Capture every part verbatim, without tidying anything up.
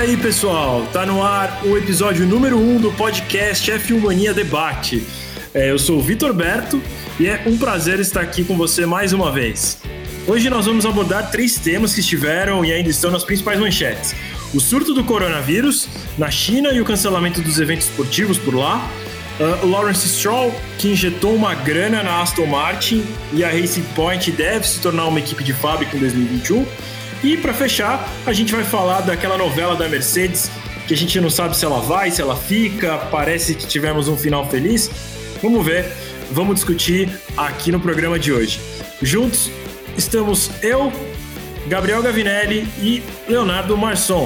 aí, pessoal? Tá no ar o episódio número um do podcast F um Mania Debate. É, eu sou o Vitor Berto e é um prazer estar aqui com você mais uma vez. Hoje nós vamos abordar três temas que estiveram e ainda estão nas principais manchetes. O surto do coronavírus na China e o cancelamento dos eventos esportivos por lá. Uh, o Lawrence Stroll, que injetou uma grana na Aston Martin e a Racing Point deve se tornar uma equipe de fábrica em dois mil e vinte e um. E para fechar, a gente vai falar daquela novela da Mercedes, que a gente não sabe se ela vai, se ela fica, parece que tivemos um final feliz. Vamos ver, vamos discutir aqui no programa de hoje. Juntos estamos eu, Gabriel Gavinelli e Leonardo Marçom.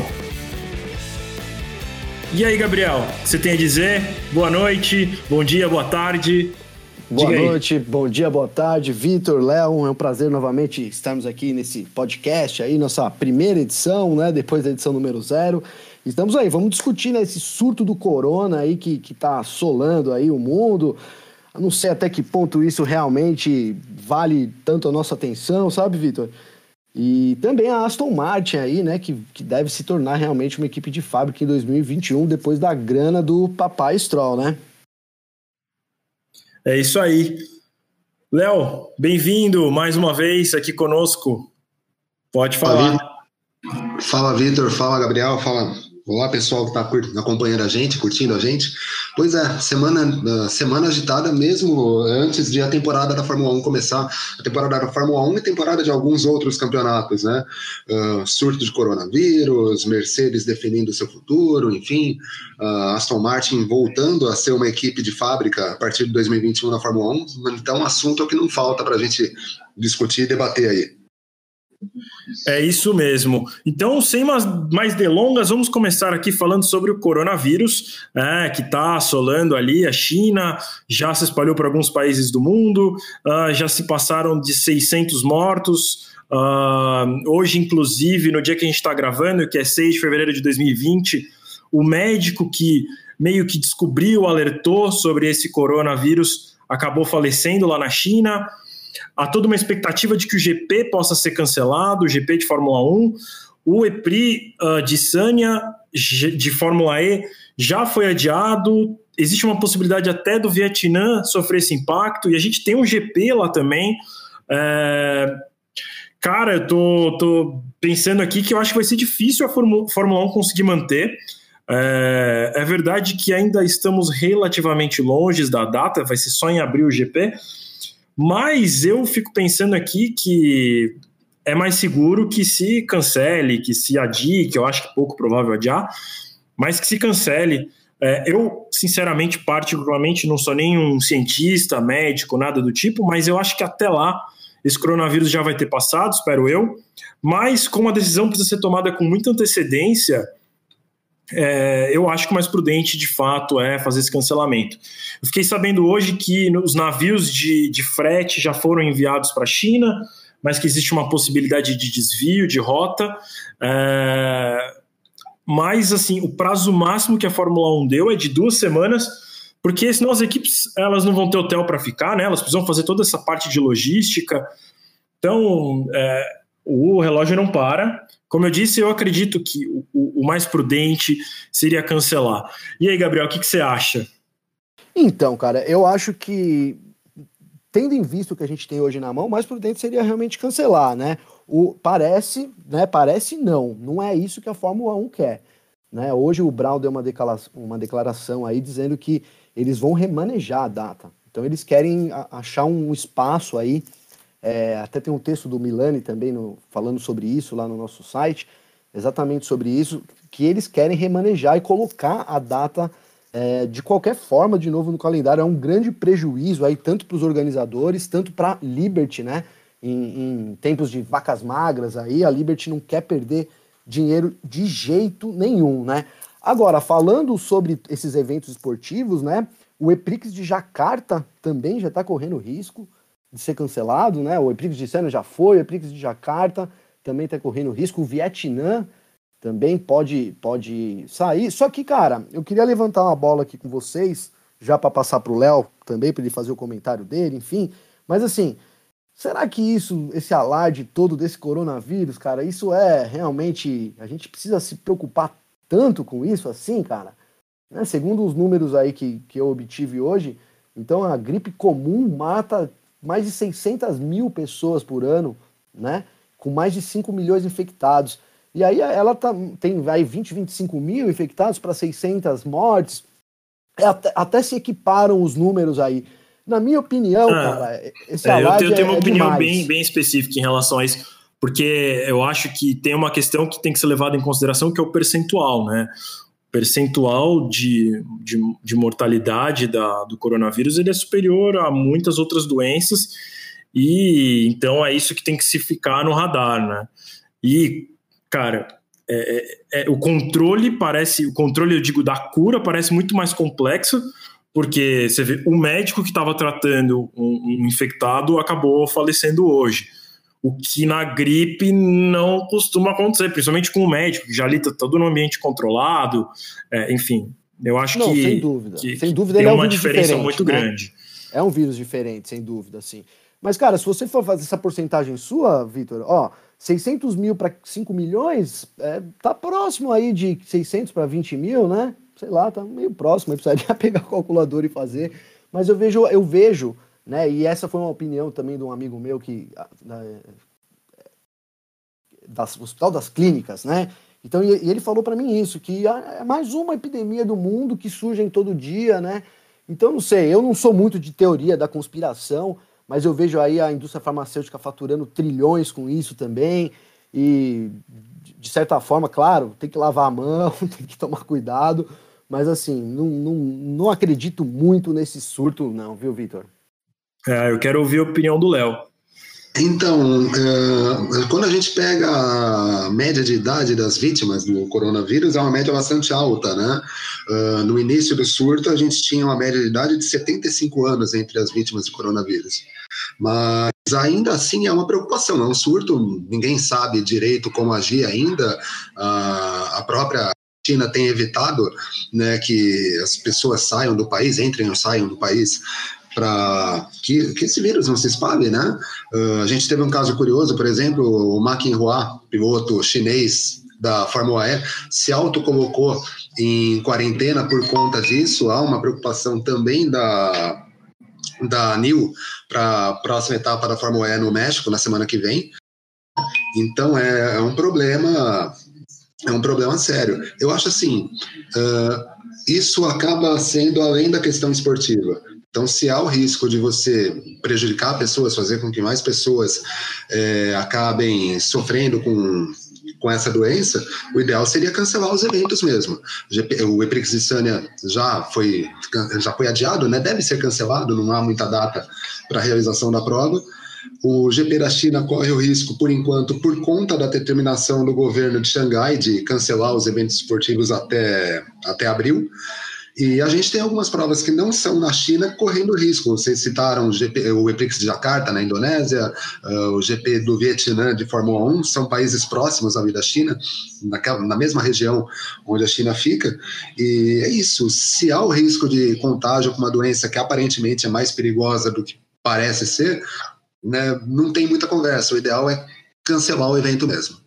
E aí, Gabriel, o que você tem a dizer? Boa noite, bom dia, boa tarde. Boa noite, bom dia, boa tarde, Vitor, Léo, é um prazer novamente estarmos aqui nesse podcast aí, nossa primeira edição, né, depois da edição número zero. Estamos aí, vamos discutir, né, esse surto do corona aí que, que tá assolando aí o mundo. Eu não sei até que ponto isso realmente vale tanto a nossa atenção, sabe, Vitor? E também a Aston Martin aí, né, que, que deve se tornar realmente uma equipe de fábrica em dois mil e vinte e um, depois da grana do papai Stroll, né? É isso aí. Léo, bem-vindo mais uma vez aqui conosco. Pode falar. Fala, Vitor. Fala, Gabriel. Fala. Olá, pessoal que está acompanhando a gente, curtindo a gente. Pois é, semana, semana agitada mesmo antes de a temporada da Fórmula um começar. A temporada da Fórmula um e temporada de alguns outros campeonatos, né? Uh, surto de coronavírus, Mercedes definindo seu futuro, enfim. Uh, Aston Martin voltando a ser uma equipe de fábrica a partir de dois mil e vinte e um na Fórmula um. Então, assunto é o que não falta para a gente discutir e debater aí. É isso mesmo. Então, sem mais delongas, vamos começar aqui falando sobre o coronavírus, é, que está assolando ali a China, já se espalhou para alguns países do mundo, uh, já se passaram de seiscentos mortos. Uh, hoje, inclusive, no dia que a gente está gravando, que é seis de fevereiro de dois mil e vinte, o médico que meio que descobriu, alertou sobre esse coronavírus, acabou falecendo lá na China. Há toda uma expectativa de que o G P possa ser cancelado, o G P de Fórmula um. O E P R I uh, de Sanya de Fórmula E já foi adiado. Existe uma possibilidade até do Vietnã sofrer esse impacto. E a gente tem um G P lá também. É... Cara, eu tô, tô pensando aqui que eu acho que vai ser difícil a Fórmula um conseguir manter. É... é verdade que ainda estamos relativamente longe da data, vai ser só em abril o G P. Mas eu fico pensando aqui que é mais seguro que se cancele, que se adie, que eu acho que é pouco provável adiar, mas que se cancele. É, eu, sinceramente, particularmente, não sou nenhum cientista, médico, nada do tipo, mas eu acho que até lá esse coronavírus já vai ter passado, espero eu. Mas como a decisão precisa ser tomada com muita antecedência, É, eu acho que o mais prudente, de fato, é fazer esse cancelamento. Eu fiquei sabendo hoje que os navios de, de frete já foram enviados para a China, mas que existe uma possibilidade de desvio, de rota. É, mas, assim, o prazo máximo que a Fórmula um deu é de duas semanas, porque senão as equipes elas não vão ter hotel para ficar, né? Elas precisam fazer toda essa parte de logística. Então, é, o relógio não para. Como eu disse, eu acredito que o, o mais prudente seria cancelar. E aí, Gabriel, o que, que você acha? Então, cara, eu acho que, tendo em vista o que a gente tem hoje na mão, o mais prudente seria realmente cancelar, né? O, parece, né? Parece não, não é isso que a Fórmula um quer. Né? Hoje o Brown deu uma declaração, uma declaração aí dizendo que eles vão remanejar a data. Então eles querem a, achar um espaço aí. É, até tem um texto do Milani também no, falando sobre isso lá no nosso site, exatamente sobre isso, que eles querem remanejar e colocar a data é, de qualquer forma de novo no calendário. É um grande prejuízo aí, tanto para os organizadores, tanto para a Liberty, né? Em, em tempos de vacas magras aí, a Liberty não quer perder dinheiro de jeito nenhum, né? Agora, falando sobre esses eventos esportivos, né? O E P R I X de Jacarta também já está correndo risco de ser cancelado, né? O E P R I X de Senna já foi, o E P R I X de Jacarta também está correndo risco, o Vietnã também pode, pode sair. Só que, cara, eu queria levantar uma bola aqui com vocês, já para passar para o Léo também, para ele fazer o comentário dele, enfim. Mas assim, será que isso, esse alarde todo desse coronavírus, cara, isso é realmente... A gente precisa se preocupar tanto com isso assim, cara? Né? Segundo os números aí que, que eu obtive hoje, então a gripe comum mata mais de seiscentas mil pessoas por ano, né? Com mais de cinco milhões de infectados. E aí ela tá, tem vai vinte, vinte e cinco mil infectados para seiscentas mortes. Até, até se equiparam os números aí. Na minha opinião, ah, cara, esse alarde é, eu tenho uma é, opinião é bem, bem específica em relação a isso, porque eu acho que tem uma questão que tem que ser levada em consideração, que é o percentual, né? O percentual de, de, de mortalidade da, do coronavírus ele é superior a muitas outras doenças, e então é isso que tem que se ficar no radar, né? E, cara, é, é, o controle parece, o controle, eu digo, da cura parece muito mais complexo, porque você vê, o médico que estava tratando um, um infectado acabou falecendo hoje. O que na gripe não costuma acontecer, principalmente com o médico, que já ali está todo no ambiente controlado, é, enfim, eu acho não, que, sem dúvida. que, sem que dúvida, tem ele é um uma vírus diferença muito né? grande. É um vírus diferente, sem dúvida, sim. Mas, cara, se você for fazer essa porcentagem sua, Vitor, ó, seiscentos mil para cinco milhões, é, tá próximo aí de seiscentos para vinte mil, né? Sei lá, tá meio próximo, eu precisaria pegar o calculador e fazer. Mas eu vejo, eu vejo, né? E essa foi uma opinião também de um amigo meu que da, das, Hospital das Clínicas, né? Então, e, e ele falou para mim isso, que é mais uma epidemia do mundo que surge em todo dia, né? Então, não sei, eu não sou muito de teoria da conspiração, mas eu vejo aí a indústria farmacêutica faturando trilhões com isso também, e de certa forma, claro, tem que lavar a mão, tem que tomar cuidado, mas assim, não, não, não acredito muito nesse surto não, viu, Vitor? É, eu quero ouvir a opinião do Léo. Então, uh, quando a gente pega a média de idade das vítimas do coronavírus, é uma média bastante alta, né? Uh, no início do surto, a gente tinha uma média de idade de setenta e cinco anos entre as vítimas de coronavírus. Mas ainda assim é uma preocupação, é um surto, ninguém sabe direito como agir ainda, uh, a própria China tem evitado, né, que as pessoas saiam do país, entrem ou saiam do país, para que, que esse vírus não se espalhe, né? Uh, a gente teve um caso curioso, por exemplo, o Ma Qinhua, piloto chinês da Fórmula E, se autocolocou em quarentena por conta disso. Há uma preocupação também da, da A N I L para a próxima etapa da Fórmula E no México, na semana que vem. Então é, é um problema, é um problema sério. Eu acho assim, uh, isso acaba sendo além da questão esportiva. Então, se há o risco de você prejudicar pessoas, fazer com que mais pessoas é, acabem sofrendo com, com essa doença, o ideal seria cancelar os eventos mesmo. O EPRIX de Sanya já foi, já foi adiado, né? Deve ser cancelado, não há muita data para a realização da prova. O G P da China corre o risco, por enquanto, por conta da determinação do governo de Xangai de cancelar os eventos esportivos até, até abril. E a gente tem algumas provas que não são na China correndo risco. Vocês citaram o, G P, o EPRIX de Jakarta, na Indonésia, uh, o G P do Vietnã de Fórmula um, são países próximos ali da China, naquela, na mesma região onde a China fica. E é isso, se há o risco de contágio com uma doença que aparentemente é mais perigosa do que parece ser, né, não tem muita conversa. O ideal é cancelar o evento mesmo.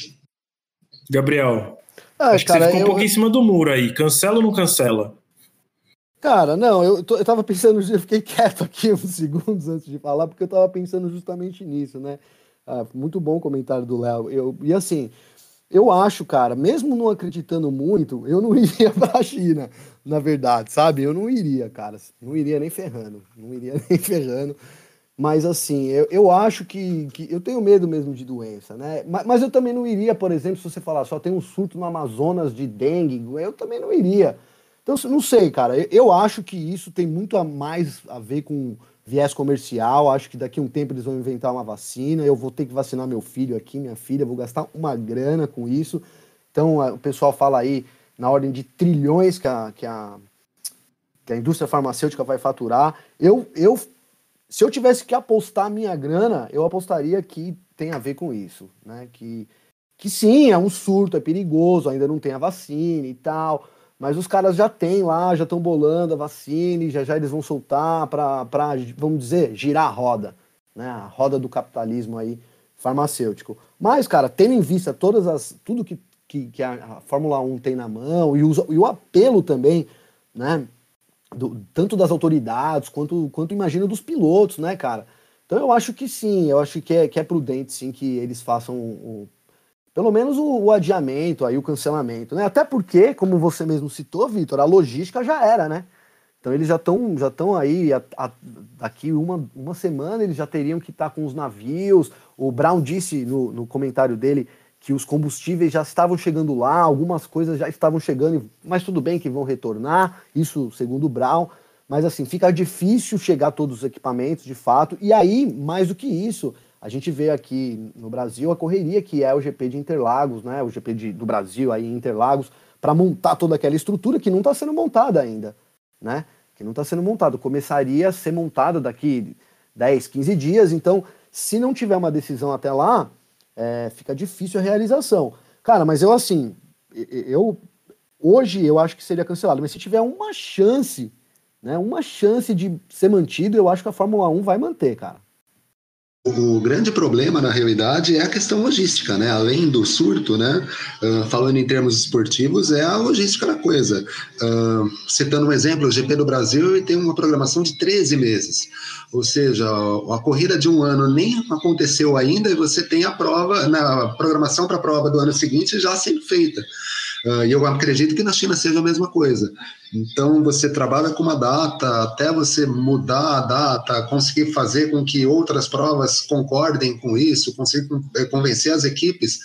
Gabriel, ah, acho cara, que você ficou eu... um pouquinho em cima do muro aí. Cancela ou não cancela? Cara, não, eu, tô, eu tava pensando, eu fiquei quieto aqui uns segundos antes de falar, porque eu tava pensando justamente nisso, né? Ah, muito bom o comentário do Léo. Eu, e assim, eu acho, cara, mesmo não acreditando muito, eu não iria pra China, na verdade, sabe? Eu não iria, cara. Não iria nem ferrando. Não iria nem ferrando. Mas assim, eu, eu acho que, que... Eu tenho medo mesmo de doença, né? Mas, mas eu também não iria, por exemplo, se você falar só tem um surto no Amazonas de dengue, eu também não iria. Então, não sei, cara, eu acho que isso tem muito a mais a ver com viés comercial, acho que daqui a um tempo eles vão inventar uma vacina, eu vou ter que vacinar meu filho aqui, minha filha, vou gastar uma grana com isso. Então, o pessoal fala aí na ordem de trilhões que a, que a, que a indústria farmacêutica vai faturar. Eu, eu, se eu tivesse que apostar minha grana, eu apostaria que tem a ver com isso, né? Que, que sim, é um surto, é perigoso, ainda não tem a vacina e tal... Mas os caras já têm lá, já estão bolando a vacina e já já eles vão soltar para, vamos dizer, girar a roda, né? A roda do capitalismo aí farmacêutico. Mas, cara, tendo em vista todas as, tudo que que, que a, a Fórmula um tem na mão, e, os, e o apelo também, né, do, tanto das autoridades, quanto, quanto imagino dos pilotos, né, cara? Então eu acho que sim, eu acho que é, que é prudente, sim, que eles façam o, pelo menos o, o adiamento, aí, o cancelamento, né? Até porque, como você mesmo citou, Vitor, a logística já era, né? Então eles já estão já estão aí, a, a, daqui uma, uma semana eles já teriam que estar com os navios. O Brown disse no, no comentário dele que os combustíveis já estavam chegando lá, algumas coisas já estavam chegando, mas tudo bem que vão retornar, isso segundo o Brown. Mas assim, fica difícil chegar a todos os equipamentos, de fato. E aí, mais do que isso, a gente vê aqui no Brasil a correria que é o G P de Interlagos, né? O G P de, do Brasil aí em Interlagos, para montar toda aquela estrutura que não está sendo montada ainda, né? Que não está sendo montado. Começaria a ser montado daqui dez, quinze dias. Então, se não tiver uma decisão até lá, é, fica difícil a realização. Cara, mas eu assim, eu hoje eu acho que seria cancelado. Mas se tiver uma chance, né, uma chance de ser mantido, eu acho que a Fórmula um vai manter, cara. O grande problema, na realidade, é a questão logística, né? Além do surto, né? Uh, falando em termos esportivos, é a logística da coisa. Uh, citando um exemplo, o G P do Brasil tem uma programação de treze meses. Ou seja, a corrida de um ano nem aconteceu ainda e você tem a prova, na programação para a prova do ano seguinte já sendo feita. Uh, e eu acredito que na China seja a mesma coisa. Então, você trabalha com uma data, até você mudar a data, conseguir fazer com que outras provas concordem com isso, conseguir convencer as equipes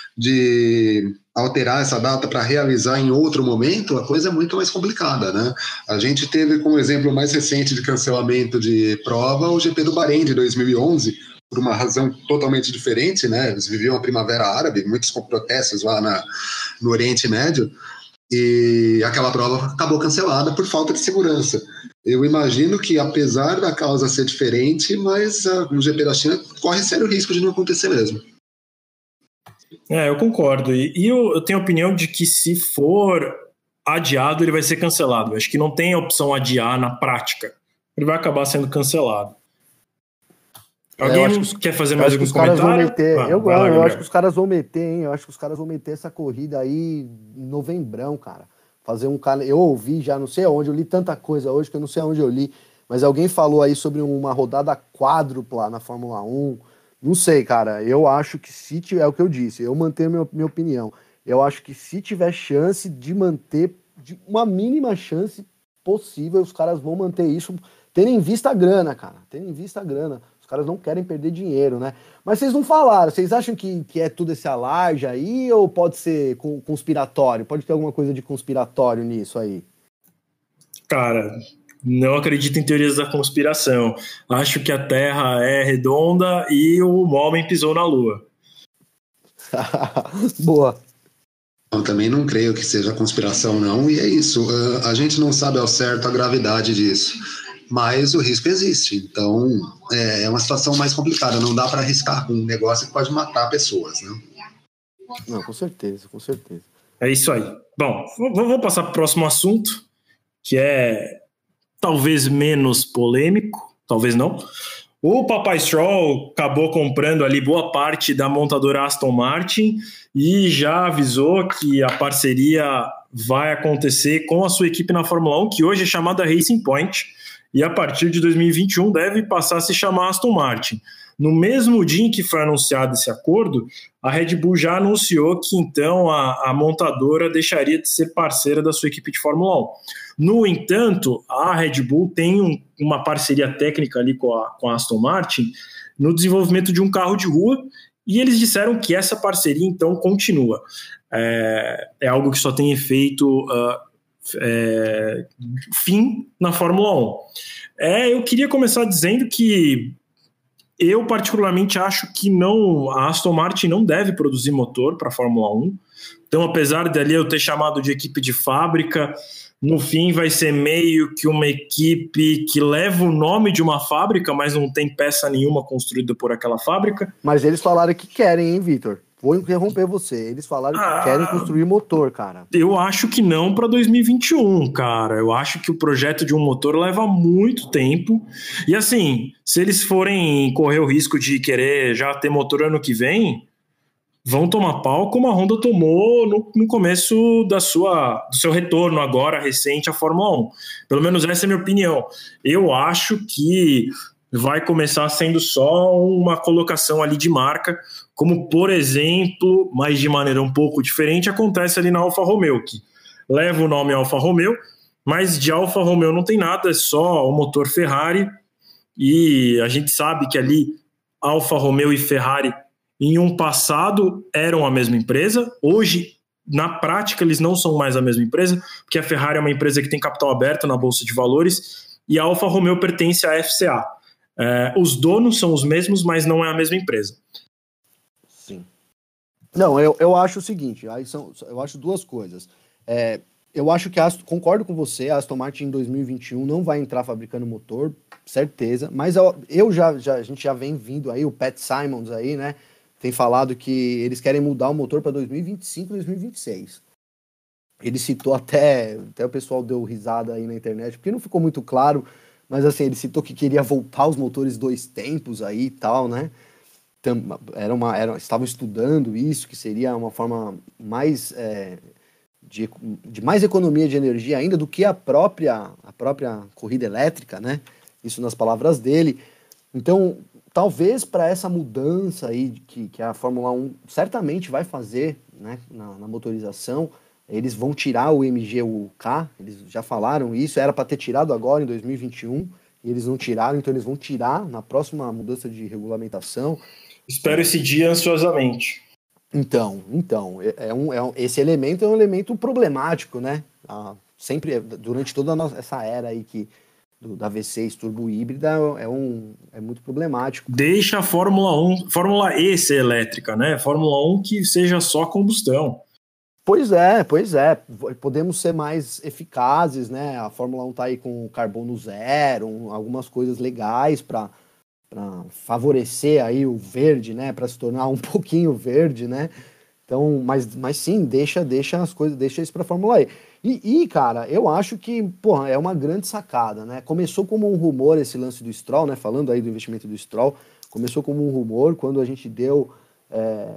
de alterar essa data para realizar em outro momento, a coisa é muito mais complicada, né? A gente teve como exemplo mais recente de cancelamento de prova o G P do Bahrein de dois mil e onze, por uma razão totalmente diferente, né? Eles viviam a Primavera Árabe, muitos protestos lá na, no Oriente Médio, e aquela prova acabou cancelada por falta de segurança. Eu imagino que, apesar da causa ser diferente, mas uh, o G P da China corre sério risco de não acontecer mesmo. É, eu concordo. E, e eu, eu tenho a opinião de que, se for adiado, ele vai ser cancelado. Eu acho que não tem a opção adiar na prática. Ele vai acabar sendo cancelado. Alguém é, que, quer fazer mais algum comentário? Meter, ah, eu lá, eu acho que os caras vão meter, hein? Eu acho que os caras vão meter essa corrida aí em novembrão, cara. Fazer um cara. Eu ouvi já, não sei aonde, eu li tanta coisa hoje que eu não sei aonde eu li, mas alguém falou aí sobre uma rodada quádrupla na Fórmula um. Não sei, cara. Eu acho que se tiver, é o que eu disse, eu mantenho minha, minha opinião. Eu acho que se tiver chance de manter, de uma mínima chance possível, os caras vão manter isso, tendo em vista a grana, cara. Tendo em vista a grana. Os caras não querem perder dinheiro, né? Mas vocês não falaram, vocês acham que, que é tudo esse alarde aí ou pode ser conspiratório? Pode ter alguma coisa de conspiratório nisso aí? Cara, não acredito em teorias da conspiração. Acho que a Terra é redonda e o homem pisou na Lua. Boa. Eu também não creio que seja conspiração, não. E é isso. A gente não sabe ao certo a gravidade disso. Mas o risco existe, então é uma situação mais complicada, não dá para arriscar com um negócio que pode matar pessoas, né? Não, com certeza, com certeza. É isso aí. Bom, vamos passar para o próximo assunto, que é talvez menos polêmico, talvez não. O Papai Stroll acabou comprando ali boa parte da montadora Aston Martin e já avisou que a parceria vai acontecer com a sua equipe na Fórmula um, que hoje é chamada Racing Point, e a partir de dois mil e vinte e um deve passar a se chamar Aston Martin. No mesmo dia em que foi anunciado esse acordo, a Red Bull já anunciou que então a, a montadora deixaria de ser parceira da sua equipe de Fórmula um. No entanto, a Red Bull tem um, uma parceria técnica ali com a, com a Aston Martin no desenvolvimento de um carro de rua, e eles disseram que essa parceria então continua. É, é algo que só tem efeito Uh, É, fim na Fórmula um. É, eu queria começar dizendo que eu particularmente acho que não, a Aston Martin não deve produzir motor para a Fórmula um. Então, apesar de ali eu ter chamado de equipe de fábrica, no fim vai ser meio que uma equipe que leva o nome de uma fábrica, mas não tem peça nenhuma construída por aquela fábrica. Mas eles falaram que querem, hein, Vitor? Vou interromper você. Eles falaram que ah, querem construir motor, cara. Eu acho que não para dois mil e vinte e um, cara. Eu acho que o projeto de um motor leva muito tempo. E assim, se eles forem correr o risco de querer já ter motor ano que vem, vão tomar pau como a Honda tomou no, no começo da sua, do seu retorno agora recente à Fórmula um. Pelo menos essa é a minha opinião. Eu acho que vai começar sendo só uma colocação ali de marca, como, por exemplo, mas de maneira um pouco diferente, acontece ali na Alfa Romeo, que leva o nome Alfa Romeo, mas de Alfa Romeo não tem nada, é só o motor Ferrari, e a gente sabe que ali Alfa Romeo e Ferrari em um passado eram a mesma empresa, hoje na prática eles não são mais a mesma empresa, porque a Ferrari é uma empresa que tem capital aberto na Bolsa de Valores e a Alfa Romeo pertence à F C A. É, os donos são os mesmos, mas não é a mesma empresa. Sim. Não, eu, eu acho o seguinte, aí são, eu acho duas coisas. É, eu acho que, a Aston, concordo com você, a Aston Martin em dois mil e vinte e um não vai entrar fabricando motor, certeza, mas eu, eu já, já, a gente já vem vindo aí, o Pat Simons aí, né, tem falado que eles querem mudar o motor para dois mil e vinte e cinco, dois mil e vinte e seis. Ele citou até, até o pessoal deu risada aí na internet, porque não ficou muito claro, mas assim, ele citou que queria voltar os motores dois tempos aí e tal, né? Era uma, era, estavam estudando isso, que seria uma forma mais é, de, de mais economia de energia ainda do que a própria, a própria corrida elétrica, né? Isso nas palavras dele. Então, talvez para essa mudança aí que, que a Fórmula um certamente vai fazer, né, na, na motorização, eles vão tirar o M G U K, eles já falaram isso, era para ter tirado agora em dois mil e vinte e um, e eles não tiraram, então eles vão tirar na próxima mudança de regulamentação. Espero esse dia ansiosamente. Então, então é um, é um, esse elemento é um elemento problemático, né? Ah, sempre, durante toda a nossa, essa era aí que, do, da V seis turbo híbrida, é, um, é muito problemático. Deixa a Fórmula um, Fórmula E ser elétrica, né? Fórmula um que seja só combustão. Pois é, pois é, podemos ser mais eficazes, né? A Fórmula um tá aí com carbono zero, um, algumas coisas legais para favorecer aí o verde, né? Para se tornar um pouquinho verde, né? Então, mas, mas sim, deixa, deixa as coisas, deixa isso para a Fórmula E. E, e, cara, eu acho que, porra, é uma grande sacada, né? Começou como um rumor esse lance do Stroll, né? Falando aí do investimento do Stroll, começou como um rumor quando a gente deu... É,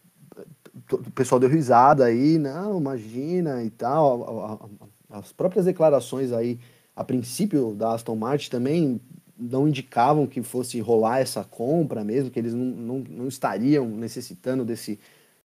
o pessoal deu risada aí, não, imagina e tal, as próprias declarações aí, a princípio da Aston Martin também não indicavam que fosse rolar essa compra mesmo, que eles não, não, não estariam necessitando desse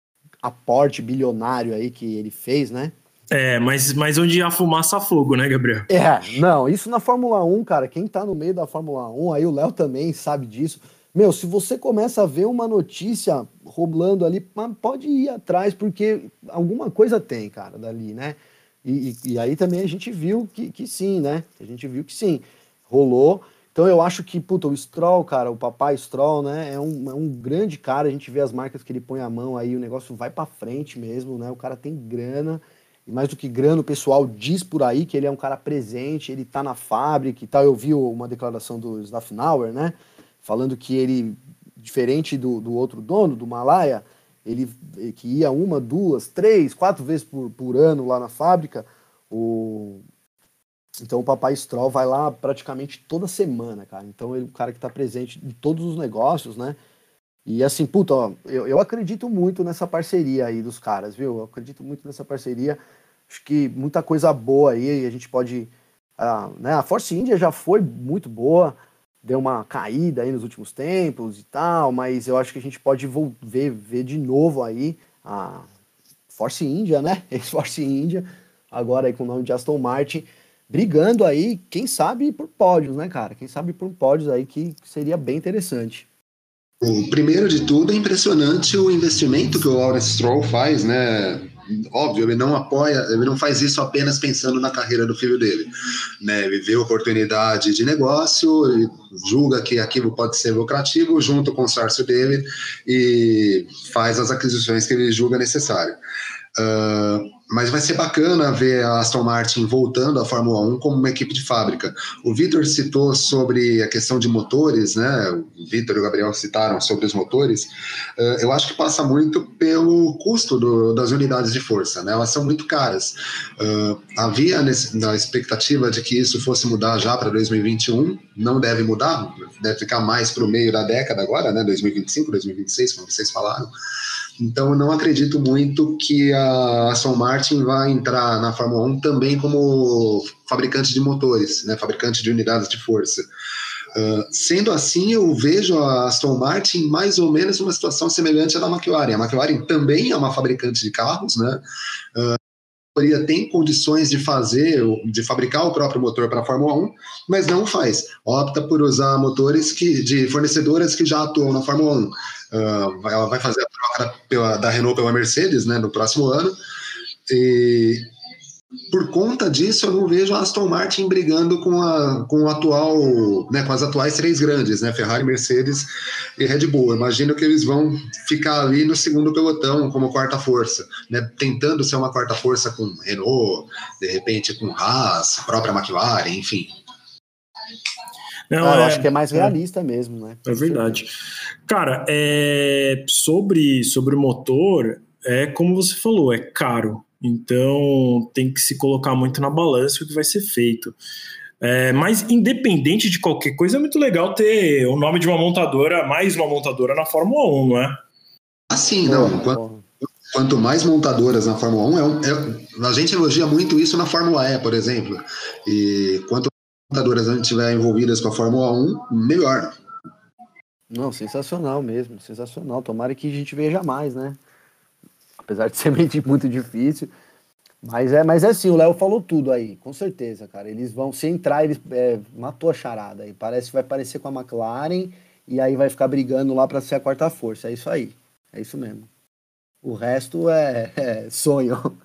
aporte bilionário aí que ele fez, né? É, mas, mas onde há fumaça, há fogo, né, Gabriel? É, não, isso na Fórmula um, cara, quem tá no meio da Fórmula um, aí o Léo também sabe disso. Meu, se você começa a ver uma notícia rolando ali, pode ir atrás, porque alguma coisa tem, cara, dali, né? E, e, e aí também a gente viu que, que sim, né? A gente viu que sim, rolou. Então eu acho que, puta, o Stroll, cara, o papai Stroll, né? É um, é um grande cara, a gente vê as marcas que ele põe a mão aí, o negócio vai pra frente mesmo, né? O cara tem grana, e mais do que grana, o pessoal diz por aí que ele é um cara presente, ele tá na fábrica e tal. Eu vi uma declaração do Safnauer, né? Falando que ele, diferente do, do outro dono, do Malaya, ele que ia uma, duas, três, quatro vezes por, por ano lá na fábrica, o... então o papai Stroll vai lá praticamente toda semana, cara. Então ele é o cara que tá presente em todos os negócios, né? E assim, puta, ó, eu, eu acredito muito nessa parceria aí dos caras, viu? Eu acredito muito nessa parceria. Acho que muita coisa boa aí, a gente pode... Ah, né? A Force India já foi muito boa, deu uma caída aí nos últimos tempos e tal, mas eu acho que a gente pode ver, ver de novo aí a Force India, né? Ex-Force India, agora aí com o nome de Aston Martin, brigando aí, quem sabe por pódios, né, cara? Quem sabe por pódios aí que seria bem interessante. O primeiro de tudo é impressionante o investimento que o Lawrence Stroll faz, né? Óbvio, ele não apoia, ele não faz isso apenas pensando na carreira do filho dele, né? Ele vê oportunidade de negócio, ele julga que aquilo pode ser lucrativo, junto com o consórcio dele, e faz as aquisições que ele julga necessário. Uh, mas vai ser bacana ver a Aston Martin voltando à Fórmula um como uma equipe de fábrica. O Vitor citou sobre a questão de motores, né? O Vitor e o Gabriel citaram sobre os motores. Uh, eu acho que passa muito pelo custo do, das unidades de força, né? Elas são muito caras. Uh, havia nesse, na expectativa de que isso fosse mudar já para dois mil e vinte e um, não deve mudar, deve ficar mais para o meio da década agora, né? dois mil e vinte e cinco, dois mil e vinte e seis, como vocês falaram. Então eu não acredito muito que a Aston Martin vai entrar na Fórmula um também como fabricante de motores, né, fabricante de unidades de força. Uh, sendo assim, eu vejo a Aston Martin mais ou menos numa situação semelhante à da McLaren. A McLaren também é uma fabricante de carros, né? Uh, tem condições de fazer, de fabricar o próprio motor para a Fórmula um, mas não faz. Opta por usar motores que, de fornecedoras que já atuam na Fórmula um. Uh, ela vai fazer a troca pela, da Renault pela Mercedes, né, no próximo ano. E por conta disso, eu não vejo a Aston Martin brigando com, a, com, o atual, né, com as atuais três grandes, né, Ferrari, Mercedes e Red Bull. Eu imagino que eles vão ficar ali no segundo pelotão como quarta força, né, tentando ser uma quarta força com Renault, de repente com Haas, própria McLaren, enfim. Não, ah, eu é, acho que é mais realista é, mesmo, né? É verdade. Cara, é, sobre, sobre o motor, é como você falou, é caro. Então tem que se colocar muito na balança o que vai ser feito. É, mas independente de qualquer coisa, é muito legal ter o nome de uma montadora, mais uma montadora na Fórmula um, não é? Assim, não. Quanto, quanto mais montadoras na Fórmula um, é, um, é, a gente elogia muito isso na Fórmula E, por exemplo. E quanto montadoras a gente tiver envolvidas com a Fórmula um, melhor. Não, sensacional mesmo, sensacional. Tomara que a gente veja mais, né? Apesar de ser muito difícil. Mas é, mas é assim, o Léo falou tudo aí, com certeza, cara. Eles vão, se entrar, eles é, matou a charada. E parece que vai parecer com a McLaren e aí vai ficar brigando lá para ser a quarta força. É isso aí, é isso mesmo. O resto é, é sonho.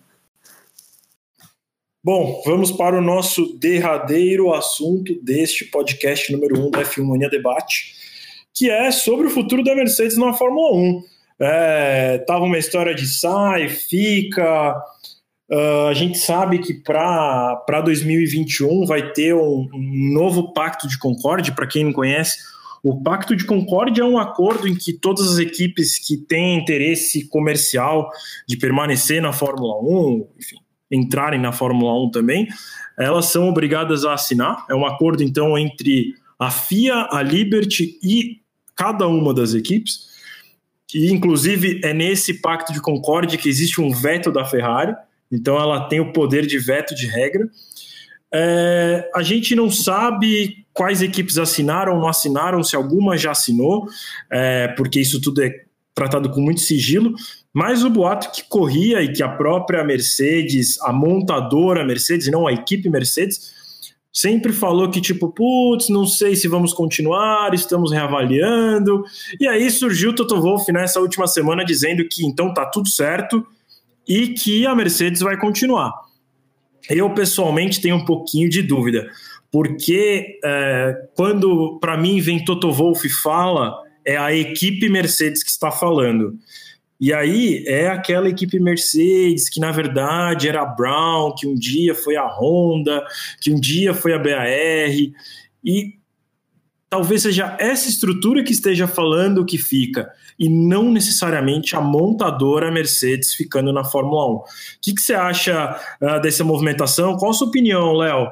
Bom, vamos para o nosso derradeiro assunto deste podcast número um da F um Mania Debate, que é sobre o futuro da Mercedes na Fórmula um. É, tava uma história de sai, fica. Uh, a gente sabe que para dois mil e vinte e um vai ter um, um novo Pacto de Concórdia. Para quem não conhece, o Pacto de Concórdia é um acordo em que todas as equipes que têm interesse comercial de permanecer na Fórmula um, enfim, entrarem na Fórmula um também, elas são obrigadas a assinar. É um acordo, então, entre a F I A, a Liberty e cada uma das equipes. E, inclusive, é nesse Pacto de Concórdia que existe um veto da Ferrari, então ela tem o poder de veto de regra. É, a gente não sabe quais equipes assinaram ou não assinaram, se alguma já assinou, é, porque isso tudo é tratado com muito sigilo, mas o boato que corria e que a própria Mercedes, a montadora Mercedes, não a equipe Mercedes, sempre falou que tipo, putz, não sei se vamos continuar, estamos reavaliando, e aí surgiu o Toto Wolff nessa última semana dizendo que então tá tudo certo e que a Mercedes vai continuar. Eu pessoalmente tenho um pouquinho de dúvida, porque é, quando para mim vem Toto Wolff e fala, é a equipe Mercedes que está falando. E aí é aquela equipe Mercedes que na verdade era a Brown, que um dia foi a Honda, que um dia foi a B A R, e talvez seja essa estrutura que esteja falando que fica, e não necessariamente a montadora Mercedes ficando na Fórmula um. O que, que você acha uh, dessa movimentação? Qual a sua opinião, Léo?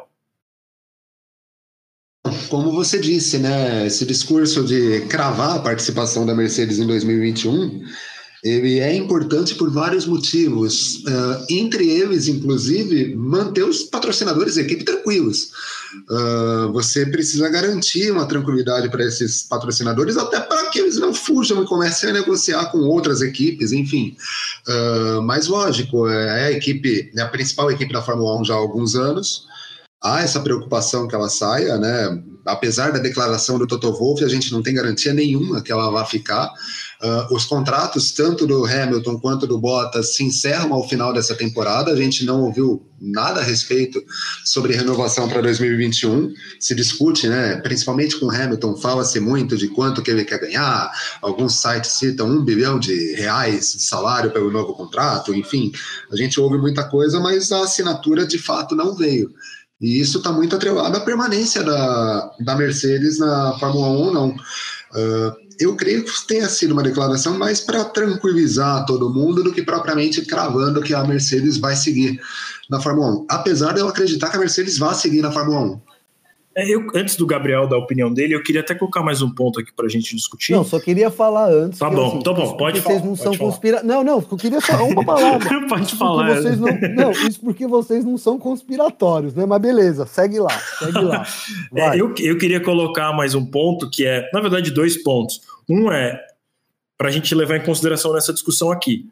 Como você disse, né, esse discurso de cravar a participação da Mercedes em dois mil e vinte e um, ele é importante por vários motivos, uh, entre eles, inclusive, manter os patrocinadores da equipe tranquilos. Uh, você precisa garantir uma tranquilidade para esses patrocinadores, até para que eles não fujam e comecem a negociar com outras equipes, enfim. Uh, mas, lógico, é a equipe, é a principal equipe da Fórmula um já há alguns anos. Há essa preocupação que ela saia, né? apesar da declaração do Toto Wolff, a gente não tem garantia nenhuma que ela vá ficar. Uh, os contratos, tanto do Hamilton quanto do Bottas, se encerram ao final dessa temporada. A gente não ouviu nada a respeito sobre renovação para dois mil e vinte e um. Se discute, né, principalmente com o Hamilton, fala-se muito de quanto que ele quer ganhar. Alguns sites citam um bilhão de reais de salário pelo novo contrato. Enfim, a gente ouve muita coisa, mas a assinatura de fato não veio. E isso está muito atrelado à permanência da, da Mercedes na Fórmula um ou não. Uh, eu creio que tenha sido uma declaração mais para tranquilizar todo mundo do que propriamente cravando que a Mercedes vai seguir na Fórmula um. Apesar de eu acreditar que a Mercedes vai seguir na Fórmula um. É, eu, antes do Gabriel dar a opinião dele, eu queria até colocar mais um ponto aqui para a gente discutir. Não, só queria falar antes. Tá bom, assim, tá bom, pode falar. Vocês não pode são conspiratórios. Não, não, eu queria só uma palavra. Pode isso falar. Vocês não... não, isso porque vocês não são conspiratórios, né? Mas beleza, segue lá, segue lá. É, eu, eu queria colocar mais um ponto que é, na verdade, dois pontos. Um é, para a gente levar em consideração nessa discussão aqui,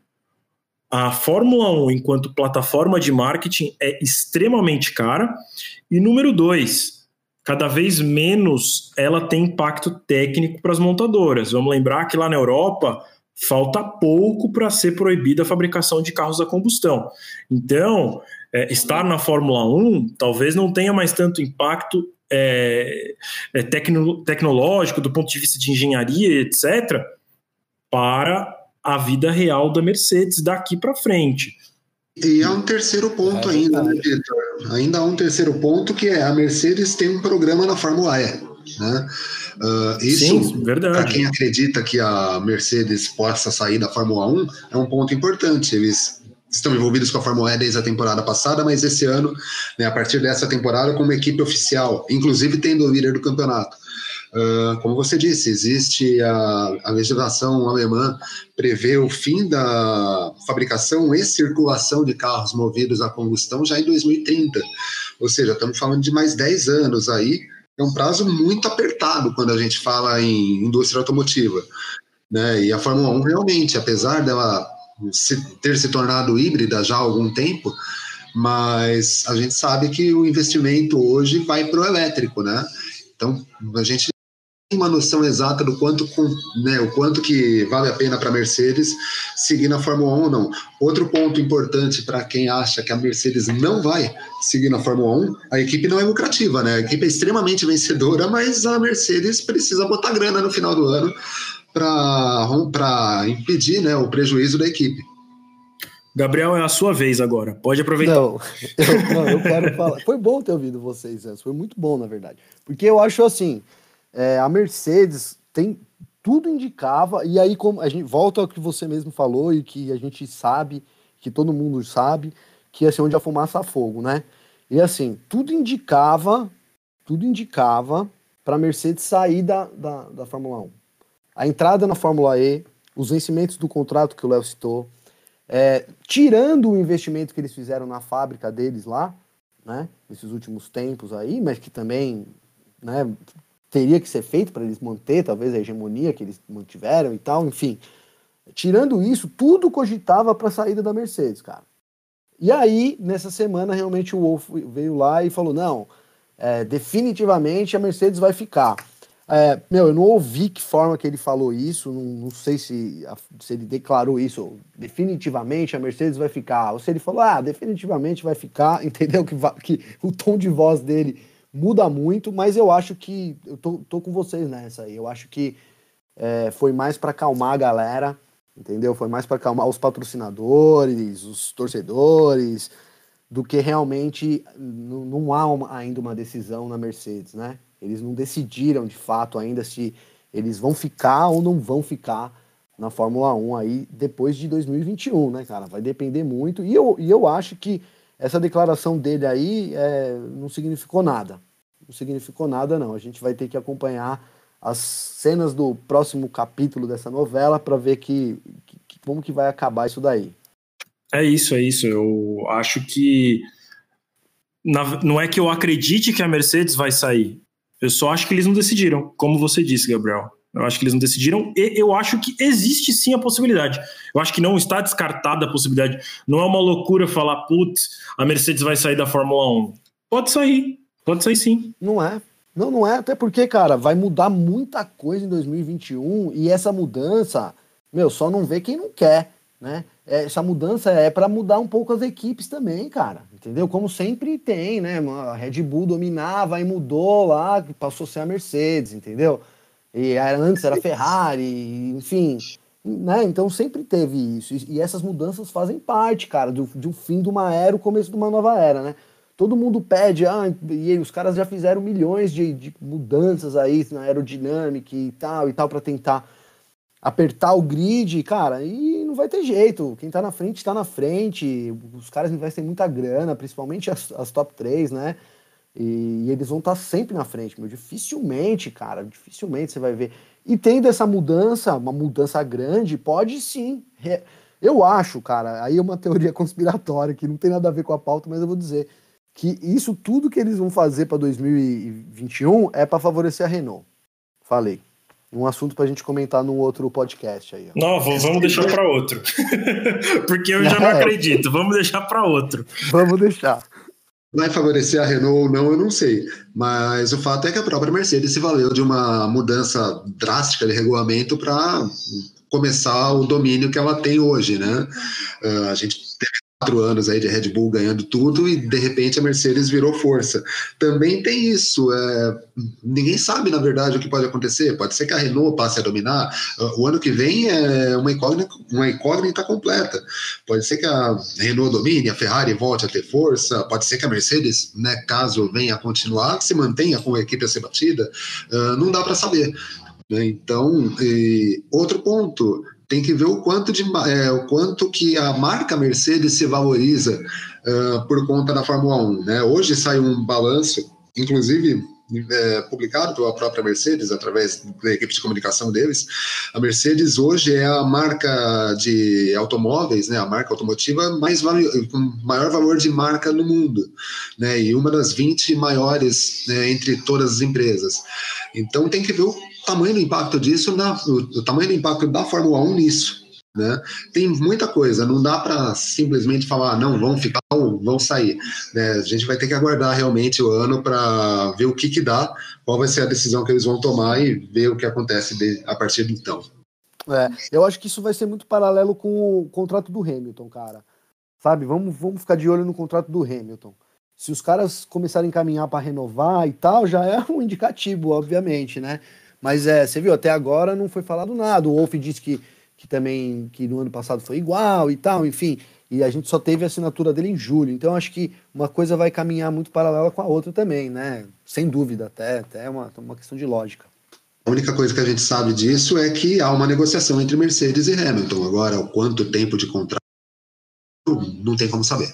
a Fórmula um, enquanto plataforma de marketing, é extremamente cara. E número dois, cada vez menos ela tem impacto técnico para as montadoras. Vamos lembrar que lá na Europa falta pouco para ser proibida a fabricação de carros a combustão. Então, é, estar na Fórmula um talvez não tenha mais tanto impacto é, é, tecno, tecnológico, do ponto de vista de engenharia, etcétera, para a vida real da Mercedes daqui para frente. E há um terceiro ponto é, ainda, né, Vitor? Ainda há um terceiro ponto, que é a Mercedes tem um programa na Fórmula E. Né? Uh, isso, para quem acredita que a Mercedes possa sair da Fórmula um, é um ponto importante. Eles estão envolvidos com a Fórmula E desde a temporada passada, mas esse ano, né, a partir dessa temporada, com uma equipe oficial, inclusive tendo o líder do campeonato. Uh, como você disse, existe a, a legislação alemã prevê o fim da fabricação e circulação de carros movidos a combustão já em dois mil e trinta. Ou seja, estamos falando de mais dez anos aí. É um prazo muito apertado quando a gente fala em indústria automotiva, né? E a Fórmula um realmente, apesar dela se, ter se tornado híbrida já há algum tempo, mas a gente sabe que o investimento hoje vai para o elétrico, né? Então, a gente tem uma noção exata do quanto, né, o quanto que vale a pena para a Mercedes seguir na Fórmula um ou não. Outro ponto importante para quem acha que a Mercedes não vai seguir na Fórmula um, a equipe não é lucrativa, né? A equipe é extremamente vencedora, mas a Mercedes precisa botar grana no final do ano para impedir, né, o prejuízo da equipe. Gabriel, é a sua vez agora. Pode aproveitar. Não, eu, não, eu quero falar. Foi bom ter ouvido vocês antes. Foi muito bom, na verdade. Porque eu acho assim, é, a Mercedes tem... Tudo indicava, e aí como a gente volta ao que você mesmo falou e que a gente sabe, que todo mundo sabe, que assim, onde a fumaça há fogo, né? E assim, tudo indicava, tudo indicava para a Mercedes sair da, da, da Fórmula um. A entrada na Fórmula E, os vencimentos do contrato que o Léo citou, É, tirando o investimento que eles fizeram na fábrica deles lá, né, nesses últimos tempos aí, mas que também, né, teria que ser feito para eles manter talvez a hegemonia que eles mantiveram e tal, enfim. Tirando isso, tudo cogitava para a saída da Mercedes, cara. E aí, nessa semana, realmente o Wolff veio lá e falou, não, é, definitivamente a Mercedes vai ficar. É, meu, eu não ouvi que forma que ele falou isso, não, não sei se, se ele declarou isso, definitivamente a Mercedes vai ficar, ou se ele falou, ah, definitivamente vai ficar, entendeu? Que, que o tom de voz dele muda muito, mas eu acho que, eu tô, tô com vocês nessa aí, eu acho que é, foi mais para acalmar a galera, entendeu? Foi mais para acalmar os patrocinadores, os torcedores, do que realmente não, não há uma, ainda uma decisão na Mercedes, né? Eles não decidiram, de fato, ainda se eles vão ficar ou não vão ficar na Fórmula um aí depois de dois mil e vinte e um, né, cara? Vai depender muito. E eu, e eu acho que essa declaração dele aí é, não significou nada. Não significou nada, não. A gente vai ter que acompanhar as cenas do próximo capítulo dessa novela para ver que, que, como que vai acabar isso daí. É isso, é isso. Eu acho que... Na, não é que eu acredite que a Mercedes vai sair. Eu só acho que eles não decidiram, como você disse, Gabriel. Eu acho que eles não decidiram e eu acho que existe sim a possibilidade. Eu acho que não está descartada a possibilidade. Não é uma loucura falar, putz, a Mercedes vai sair da Fórmula um. Pode sair, pode sair sim. Não é, Não, não é, até porque, cara, vai mudar muita coisa em dois mil e vinte e um e essa mudança, meu, só não vê quem não quer, né? Essa mudança é para mudar um pouco as equipes também, cara, entendeu? Como sempre tem, né? A Red Bull dominava e mudou lá, passou a ser a Mercedes, entendeu? E antes era a Ferrari, enfim, né? Então sempre teve isso. E essas mudanças fazem parte, cara, do, do fim de uma era, o começo de uma nova era, né? Todo mundo pede, ah, e os caras já fizeram milhões de, de mudanças aí na aerodinâmica e tal, e tal, para tentar apertar o grid, cara, e não vai ter jeito. Quem tá na frente, tá na frente. Os caras investem muita grana, principalmente as, as top três, né? E, e eles vão estar tá sempre na frente, meu. Dificilmente, cara, dificilmente você vai ver. E tendo essa mudança, uma mudança grande, pode sim. Eu acho, cara, aí é uma teoria conspiratória que não tem nada a ver com a pauta, mas eu vou dizer que isso tudo que eles vão fazer para dois mil e vinte e um é para favorecer a Renault. Falei. Um assunto pra gente comentar num outro podcast aí. Ó. Não, vamos deixar para outro. Porque eu já não acredito. Vamos deixar para outro. Vamos deixar. Vai favorecer a Renault ou não, eu não sei. Mas o fato é que a própria Mercedes se valeu de uma mudança drástica de regulamento para começar o domínio que ela tem hoje, né? Uh, a gente teve quatro anos aí de Red Bull ganhando tudo e de repente a Mercedes virou força. Também tem isso, é, ninguém sabe na verdade o que pode acontecer, pode ser que a Renault passe a dominar, o ano que vem é uma incógnita, uma incógnita completa, pode ser que a Renault domine, a Ferrari volte a ter força, pode ser que a Mercedes, né, caso venha a continuar, se mantenha com a equipe a ser batida, uh, não dá para saber. Então, e, outro ponto, tem que ver o quanto, de, é, o quanto que a marca Mercedes se valoriza uh, por conta da Fórmula um. Né? Hoje saiu um balanço, inclusive é, publicado pela própria Mercedes, através da equipe de comunicação deles. A Mercedes hoje é a marca de automóveis, né, a marca automotiva mais vali- com maior valor de marca no mundo, né, e uma das vinte maiores, né, entre todas as empresas. Então tem que ver o tamanho do impacto disso, na, o, o tamanho do impacto da Fórmula um nisso. Né? Tem muita coisa, não dá para simplesmente falar, não, vão ficar ou vão sair. Né? A gente vai ter que aguardar realmente o ano para ver o que, que dá, qual vai ser a decisão que eles vão tomar e ver o que acontece de, a partir de então. É, eu acho que isso vai ser muito paralelo com o contrato do Hamilton, cara. Sabe, vamos, vamos ficar de olho no contrato do Hamilton. Se os caras começarem a caminhar para renovar e tal, já é um indicativo, obviamente, né? Mas é, você viu, até agora não foi falado nada. O Wolff disse que que também, que no ano passado foi igual e tal, enfim, e a gente só teve a assinatura dele em julho, então acho que uma coisa vai caminhar muito paralela com a outra também, né, sem dúvida, até, até uma, uma questão de lógica. A única coisa que a gente sabe disso é que há uma negociação entre Mercedes e Hamilton, agora o quanto tempo de contrato, não tem como saber.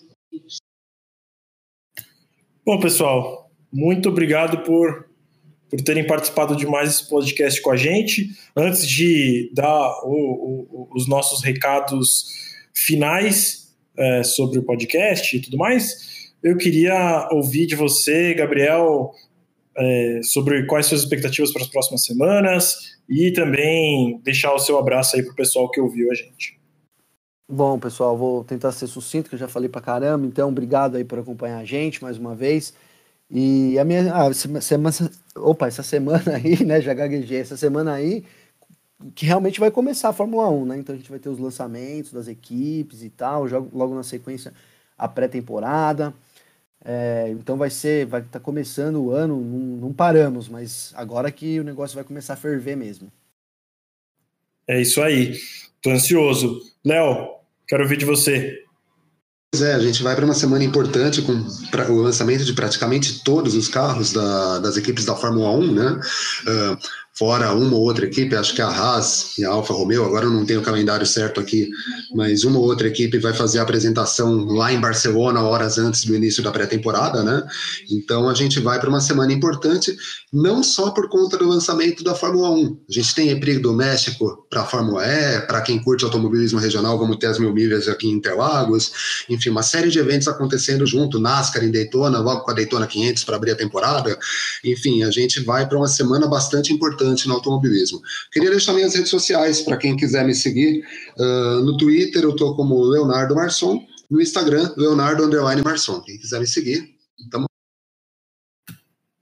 Bom, pessoal, muito obrigado por por terem participado de mais esse podcast com a gente. Antes de dar o, o, os nossos recados finais é, sobre o podcast e tudo mais, eu queria ouvir de você, Gabriel, é, sobre quais suas expectativas para as próximas semanas e também deixar o seu abraço aí para o pessoal que ouviu a gente. Bom, pessoal, vou tentar ser sucinto, que eu já falei pra caramba, então obrigado aí por acompanhar a gente mais uma vez. E a minha ah, semana, opa, essa semana aí, né, já gaguejei, essa semana aí que realmente vai começar a Fórmula um, né, então a gente vai ter os lançamentos das equipes e tal, logo na sequência a pré-temporada, é, então vai ser, vai estar tá começando o ano, não, não paramos, mas agora que o negócio vai começar a ferver mesmo. É isso aí, tô ansioso. Léo, quero ouvir de você. Pois é, a gente vai para uma semana importante com pra, o lançamento de praticamente todos os carros da, das equipes da Fórmula um, né? Uh, fora uma ou outra equipe, acho que a Haas e a Alfa Romeo, agora eu não tenho o calendário certo aqui, mas uma ou outra equipe vai fazer a apresentação lá em Barcelona, horas antes do início da pré-temporada, né? Então a gente vai para uma semana importante, não só por conta do lançamento da Fórmula um. A gente tem E-Prix do México para a Fórmula E, para quem curte automobilismo regional, vamos ter as mil milhas aqui em Interlagos, enfim, uma série de eventos acontecendo junto, NASCAR em Daytona, logo com a Daytona quinhentos para abrir a temporada. Enfim, a gente vai para uma semana bastante importante no automobilismo. Queria deixar minhas redes sociais para quem quiser me seguir. Uh, no Twitter eu tô como Leonardo Marçom, no Instagram Leonardo underline Marçom. Quem quiser me seguir, tamo.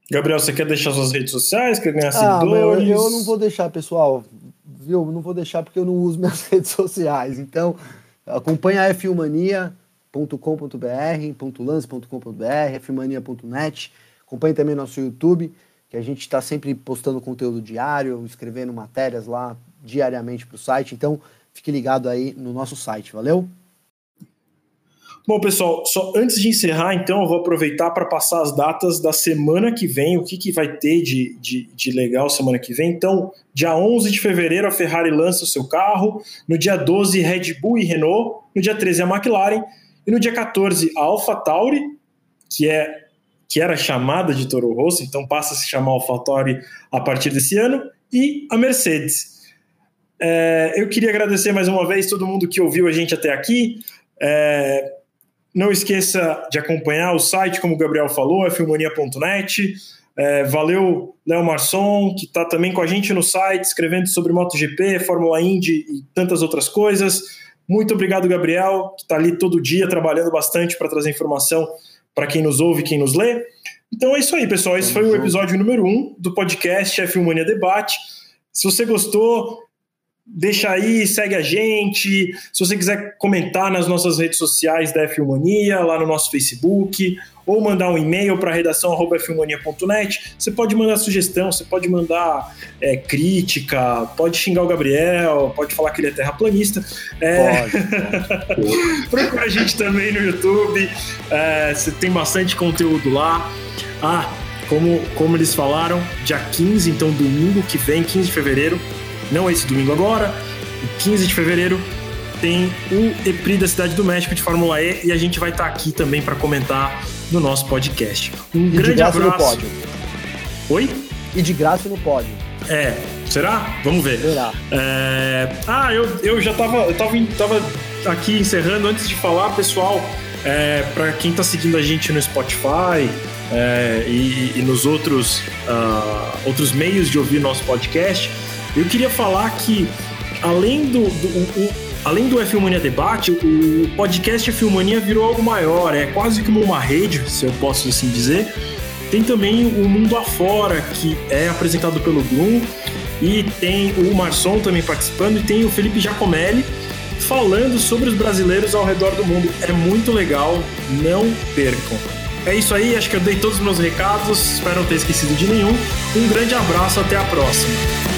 Gabriel, você quer deixar suas redes sociais? Quer ganhar ah, seguidores? Eu, eu não vou deixar, pessoal. Viu? Não vou deixar porque eu não uso minhas redes sociais. Então, acompanha a F um mania ponto com ponto b r, ponto lance ponto com ponto b r, f um mania ponto net. Acompanhe também nosso YouTube, que a gente está sempre postando conteúdo diário, escrevendo matérias lá diariamente para o site. Então, fique ligado aí no nosso site. Valeu? Bom, pessoal, só antes de encerrar, então, eu vou aproveitar para passar as datas da semana que vem, o que, que vai ter de, de, de legal semana que vem. Então, dia onze de fevereiro, a Ferrari lança o seu carro, no dia doze, Red Bull e Renault, no dia treze, a McLaren, e no dia quatorze, a AlphaTauri, que, é, que era chamada de Toro Rosso, então passa a se chamar AlphaTauri a partir desse ano, e a Mercedes. É, eu queria agradecer mais uma vez todo mundo que ouviu a gente até aqui. É, Não esqueça de acompanhar o site, como o Gabriel falou, f um mania ponto net. É, valeu, Léo Marçom, que está também com a gente no site, escrevendo sobre MotoGP, Fórmula Indy e tantas outras coisas. Muito obrigado, Gabriel, que está ali todo dia trabalhando bastante para trazer informação para quem nos ouve e quem nos lê. Então é isso aí, pessoal. Esse foi o episódio número um do podcast F um Mania Debate. Se você gostou, deixa aí, segue a gente. Se você quiser comentar nas nossas redes sociais da F um Mania, lá no nosso Facebook, ou mandar um e-mail para redação arroba f um mania ponto net, você pode mandar sugestão, você pode mandar é, crítica, pode xingar o Gabriel, pode falar que ele é terraplanista. É... Pode, pode. Procura a gente também no YouTube, é, você tem bastante conteúdo lá. Ah, como, como eles falaram, dia quinze, então domingo que vem, quinze de fevereiro, não esse domingo agora, quinze de fevereiro, tem o E P R I da Cidade do México de Fórmula E e a gente vai estar aqui também para comentar no nosso podcast. Um e grande de graça abraço. No pódio. Oi? E de graça no pódio. É, será? Vamos ver. Será? É... Ah, eu, eu já tava, eu tava, tava aqui encerrando antes de falar, pessoal, é, para quem tá seguindo a gente no Spotify é, e, e nos outros, uh, outros meios de ouvir nosso podcast, eu queria falar que além do, do, o, além do F um Mania Debate, o podcast F um Mania virou algo maior, é quase como uma rede, se eu posso assim dizer. Tem também o Mundo Afora, que é apresentado pelo Grum, e tem o Marçom também participando, e tem o Felipe Giacomelli falando sobre os brasileiros ao redor do mundo. É muito legal, não percam. É isso aí, acho que eu dei todos os meus recados, espero não ter esquecido de nenhum. Um grande abraço, até a próxima.